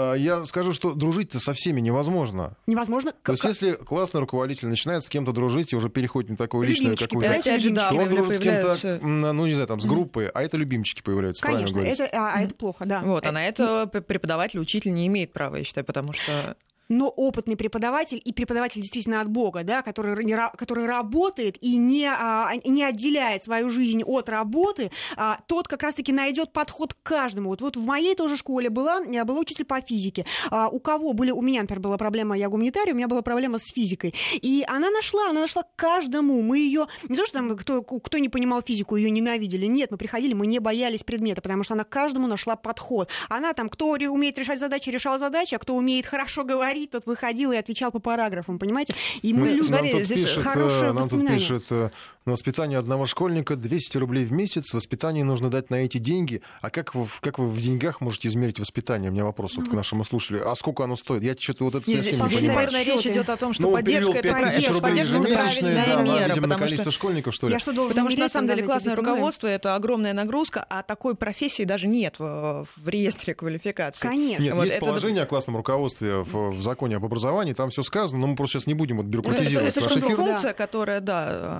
Я скажу, что дружить-то со всеми невозможно. Невозможно. То есть если классный руководитель начинает с кем-то дружить и уже переходит на такую личную какую-то... Опять же, да, что он дружит с появляются... кем-то, ну, не знаю, там, с группой, а это любимчики появляются, конечно, правильно это, а, а это плохо, да. Вот, а на это преподаватель, учитель не имеет права, я считаю, потому что... Но опытный преподаватель и преподаватель действительно от Бога, да, который, который работает и не, а, не отделяет свою жизнь от работы, а, тот как раз-таки найдет подход к каждому. Вот, вот в моей тоже школе была, была учитель по физике. А, у кого были, у меня, например, была проблема, я гуманитарий, у меня была проблема с физикой. И она нашла, она нашла каждому. Мы ее, не то, что там кто, кто не понимал физику, ее ненавидели. Нет, мы приходили, мы не боялись предмета, потому что она каждому нашла подход. Она там, кто умеет решать задачи, решал задачи, а кто умеет хорошо говорить, тот выходил и отвечал по параграфам, понимаете? И мы любим. Смотри, здесь пишет, хорошее нам воспоминание. Тут пишет, на воспитание одного школьника двести рублей в месяц, воспитание нужно дать на эти деньги. А как вы, как вы в деньгах можете измерить воспитание? У меня вопрос вот к нашему слушателю. А сколько оно стоит? Я что-то вот это Нет, совсем здесь, не понимаю. наверное, речь идет о том, что ну, поддержка — это поддержка, поддержка ежемесячная, да, мера, видимо, на количество что... школьников, что ли? Я что, должен потому что, на умереть, самом деле, там, классное да, руководство — это огромная нагрузка, а такой профессии даже нет в, в реестре квалификации. Конечно. Нет, вот есть это... положение о классном руководстве в, в законе об образовании, там все сказано, но мы просто сейчас не будем вот бюрократизировать это, это наш же эфир. функция, которая, да, она... Я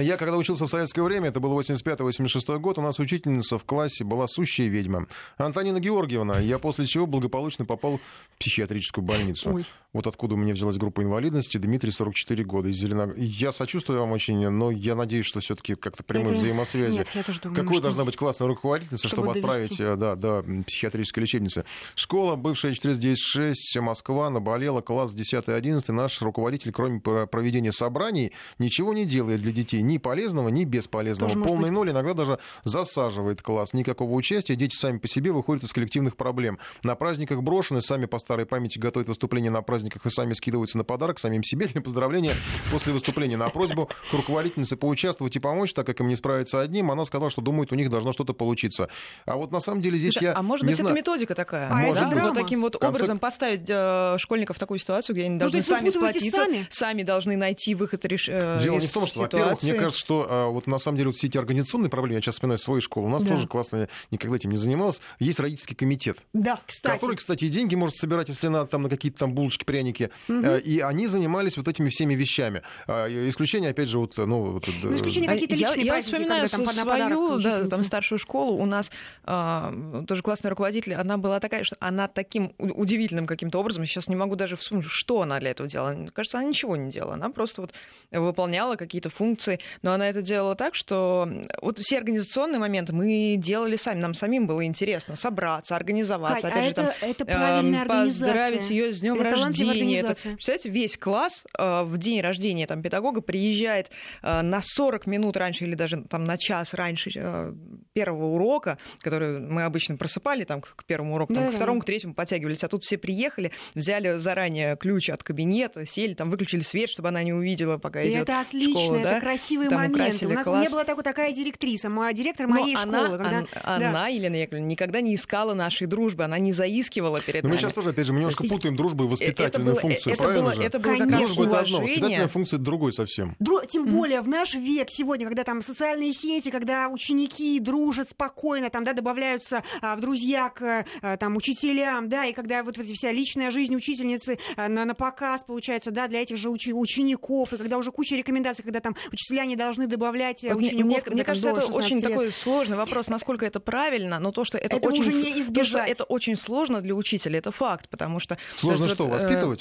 Я, когда учился в советское время, это был восемьдесят пятый восемьдесят шестой год, у нас учительница в классе была сущая ведьма. Антонина Георгиевна, я после чего благополучно попал в психиатрическую больницу. Ой. Вот откуда у меня взялась группа инвалидности. Дмитрий, сорок четыре года, из Зеленограда. Я сочувствую вам очень, но я надеюсь, что все-таки как-то прямой это... взаимосвязи. Нет, я тоже думаю, Какой что... должна быть классная руководительница, чтобы, чтобы отправить да, до психиатрической лечебницы? Школа, бывшая четыреста девяносто шесть, Москва, наболела, класс десятый одиннадцатый. Наш руководитель, кроме проведения собраний, ничего не делает для детей. Ни полезного, ни бесполезного. Тоже полный ноль, иногда даже засаживает класс. Никакого участия. Дети сами по себе выходят из коллективных проблем. На праздниках брошены, сами по старой памяти готовят выступления на праздниках и сами скидываются на подарок самим себе для поздравления после выступления. На просьбу к руководительнице поучаствовать и помочь, так как им не справиться одним, она сказала, что думает, у них должно что-то получиться. А вот на самом деле здесь Слушай, я А может не быть, знаю... это методика такая? А Может это быть, вот таким вот Концеп... образом поставить э, школьников в такую ситуацию, где они ну, должны сами сплотиться, сами? сами должны найти выход реш... э, Дело из не в том, что, ситуации. во-первых, мне кажется, что а, вот на самом деле вот все эти организационные проблемы, я сейчас вспоминаю свою школу, у нас да. тоже классно, никогда этим не занималась, есть родительский комитет, да, кстати. который, кстати, и деньги может собирать, если надо, там, на какие-то там булочки, пряники, угу. а, и они занимались вот этими всеми вещами. А, исключение, опять же, вот... Ну, вот, ну исключение какие-то личные я, праздники, я вспоминаю когда, там, свою, да, там, старшую школу, у нас а, тоже классный руководитель, она была такая, что она таким удивительным каким-то образом, сейчас не могу даже вспомнить, что она для этого делала. Мне кажется, она ничего не делала, она просто вот выполняла какие-то функции, но она это делала так, что вот все организационные моменты мы делали сами, нам самим было интересно собраться, организоваться, Кать, опять а же, там, это, это правильная поздравить ее с днем рождения. Это, организация. представляете, весь класс э, в день рождения там, педагога приезжает э, на сорок минут раньше или даже там, на час раньше э, первого урока, который мы обычно просыпали там, к первому уроку, там, да, к второму, да. к третьему подтягивались, а тут все приехали, взяли заранее ключ от кабинета, сели, там, выключили свет, чтобы она не увидела, пока идет это отлично, школа, это да? красивый там момент. У нас класс. не была такой, такая директриса, моя директор моей Но школы. Она, когда... она, да. Елена Яковлевна, никогда не искала нашей дружбы, она не заискивала перед Но нами. мы сейчас тоже, опять же, мы немножко есть... путаем дружбу и воспитательную это было, функцию, это правильно было, же? Это было как раз Дружба — это одно, уважение. воспитательная функция — это другой совсем. Дру... Тем более в наш век сегодня, когда там социальные сети, когда ученики дружат спокойно, там, да, добавляются а, в друзья к а, там, учителям, да, и когда вот эта вся личная жизнь учительницы а, на, на показ, получается, да, для этих же учи... учеников, и когда уже куча рекомендаций, когда там учителя не должны добавлять вот учеников. Мне, когда, мне там, кажется, это очень лет. такой сложный вопрос, насколько это правильно, но то, что это, это очень, уже не избежать. то, что это очень сложно для учителя, это факт, потому что... Сложно есть, что, вот, воспитывать?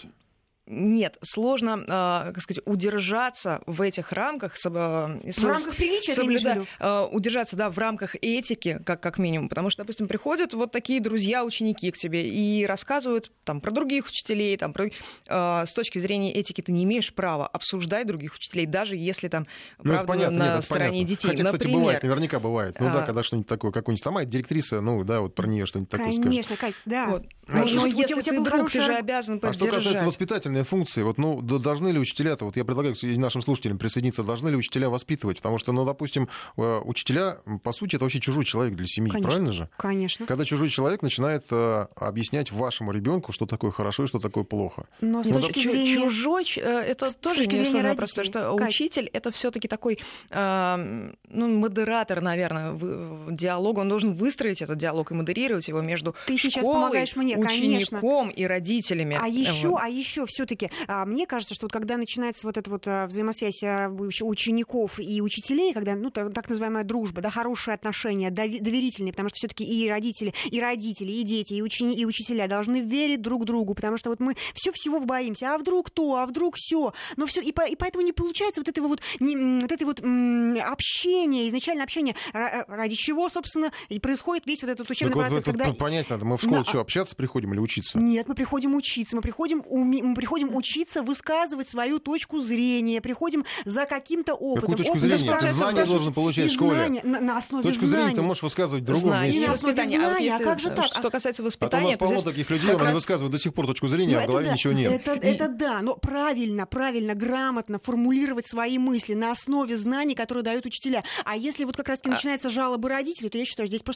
Нет, сложно, э, как сказать, удержаться в этих рамках. Со, в со, рамках приличия, соблюда, ты имеешь в виду? Э, удержаться, да, в рамках этики, как, как минимум. Потому что, допустим, приходят вот такие друзья-ученики к тебе и рассказывают там, про других учителей. Там, про, э, с точки зрения этики ты не имеешь права обсуждать других учителей, даже если там, ну, правда, понятно, на нет, стороне понятно. детей. Хотя, Например, кстати, бывает, наверняка бывает. Ну а... да, когда что-нибудь такое, какую-нибудь сломает директриса, ну да, вот про нее что-нибудь такое скажет. Конечно, Кать, да. Вот. А но что, но у тебя, если у тебя ты был друг, хороший... ты же обязан поддержать. А что касается воспитательной функции, вот, ну, должны ли учителя-то, вот я предлагаю нашим слушателям присоединиться, должны ли учителя воспитывать? Потому что, ну, допустим, учителя, по сути, это вообще чужой человек для семьи, конечно, правильно же? Конечно. Когда чужой человек начинает э, объяснять вашему ребенку, что такое хорошо и что такое плохо. Но с ну, точки зрения... Чужой, это с тоже не сложный вопрос, потому что Кать. учитель — это все-таки такой э, ну, модератор, наверное, диалога. Он должен выстроить этот диалог и модерировать его между Ты школой, сейчас помогаешь мне, учеником и родителями. А еще, а еще все-таки, мне кажется, что вот когда начинается вот эта вот взаимосвязь учеников и учителей, когда, ну, так, так называемая дружба, да, хорошие отношения, доверительные, потому что все-таки и родители, и родители, и дети, и, учени, и учителя должны верить друг другу, потому что вот мы все всего боимся, а вдруг то, а вдруг все, но все, и, по, и поэтому не получается вот этого вот, не, вот этой вот м, общения, изначально общение, ради чего, собственно, и происходит весь вот этот учебный так процесс. Вот, когда... понять надо, мы в школу на... что, общаться приходим или учиться? Нет, мы приходим учиться, мы приходим, уми... мы приходим учиться высказывать свою точку зрения, приходим за каким-то опытом. Какую точку Опыт, зрения? Ты знания должен получать в школе. На, на основе точку знаний. зрения ты можешь высказывать в другом знания. месте. И на основе знаний. А, вот если, а как же так? Что касается воспитания... А то у нас полно здесь... таких людей, они раз... высказывают до сих пор точку зрения, ну, а в голове да, ничего нет. Это, это да, но правильно, правильно, грамотно формулировать свои мысли на основе знаний, которые дают учителя. А если вот как раз-таки начинается жалобы родителей, то я считаю, здесь просто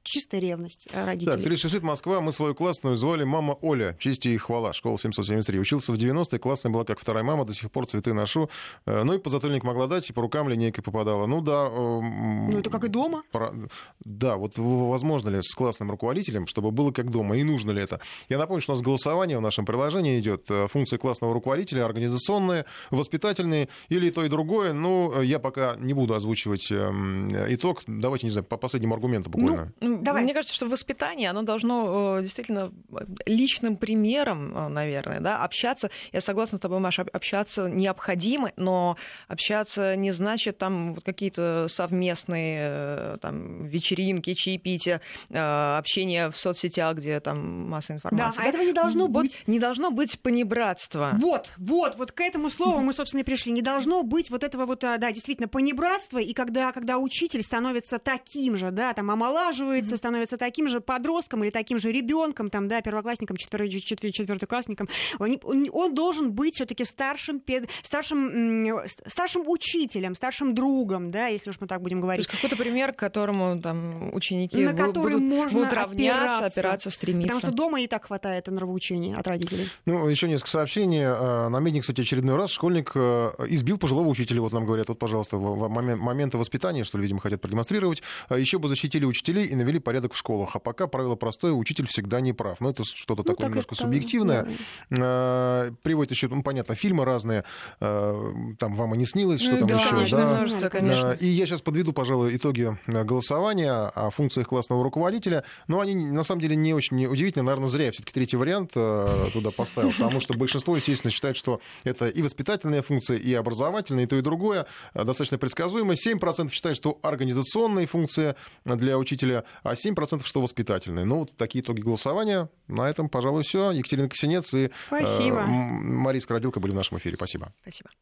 чистая ревность родителей. Так, тридцать шесть лет, Москва. Мы свою классную звали мама Оля. Честь и хвала. Школа семьсот семьдесят три. Учился в девяностые. Классная была, как вторая мама. До сих пор цветы ношу. Ну и подзатыльник могла дать, и по рукам линейкой попадала. Ну да. Ну это как и дома. Про... Да, вот возможно ли с классным руководителем, чтобы было как дома, и нужно ли это? Я напомню, что у нас голосование в нашем приложении идет. Функции классного руководителя организационные, воспитательные или и то, и другое. Ну, я пока не буду озвучивать итог. Давайте, не знаю, по последнему аргументу буквально. Ну, давай. Мне кажется, что воспитание, оно должно действительно личным примером, наверное, да, общаться. Я согласна с тобой, Маша, общаться необходимо, но общаться не значит там вот какие-то совместные там вечеринки, чаепития, общение в соцсетях, где там масса информации. Да, а этого не должно вот, быть. Не должно быть понебратства. Вот, вот, вот к этому слову мы, собственно, и пришли. Не должно быть вот этого вот, да, действительно, понебратства, и когда, когда учитель становится таким же, да, там, омолаживается, mm-hmm. становится таким же подростком или таким же ребенком, там, да, первоклассником, четвер... четвер... четвертоклассником, он, он, он должен быть все-таки старшим, пед... старшим, старшим учителем, старшим другом, да, если уж мы так будем говорить. То есть какой-то пример, к которому там ученики на который будут, можно будут равняться, опираться, опираться, стремиться. Потому что дома и так хватает нравоучения от родителей. Ну, еще несколько сообщений. На медне, кстати, очередной раз школьник избил пожилого учителя, вот нам говорят, вот, пожалуйста, в момент, моменты воспитания, что ли, видимо, хотят продемонстрировать. Еще бы защитили учителей и навели порядок в школах. А пока правило простое, учитель всегда не прав. Ну, это что-то ну, такое так немножко это... субъективное. Да. Приводит еще, ну, понятно, фильмы разные. Там «Вам и не снилось», что ну, там да, еще. Конечно, да. Множество, конечно. И я сейчас подведу, пожалуй, итоги голосования о функциях классного руководителя. Но они, на самом деле, не очень удивительны. Наверное, зря я все-таки третий вариант туда поставил, потому что большинство, естественно, считает, что это и воспитательная функция, и образовательная, и то, и другое. Достаточно предсказуемо. семь процентов считают, что организационные функции для учителя, а семь процентов, что воспитательные. Ну, вот такие итоги голосования. На этом, пожалуй, все. Екатерина Косинец и Спасибо. Мария Скородилка были в нашем эфире. Спасибо. Спасибо.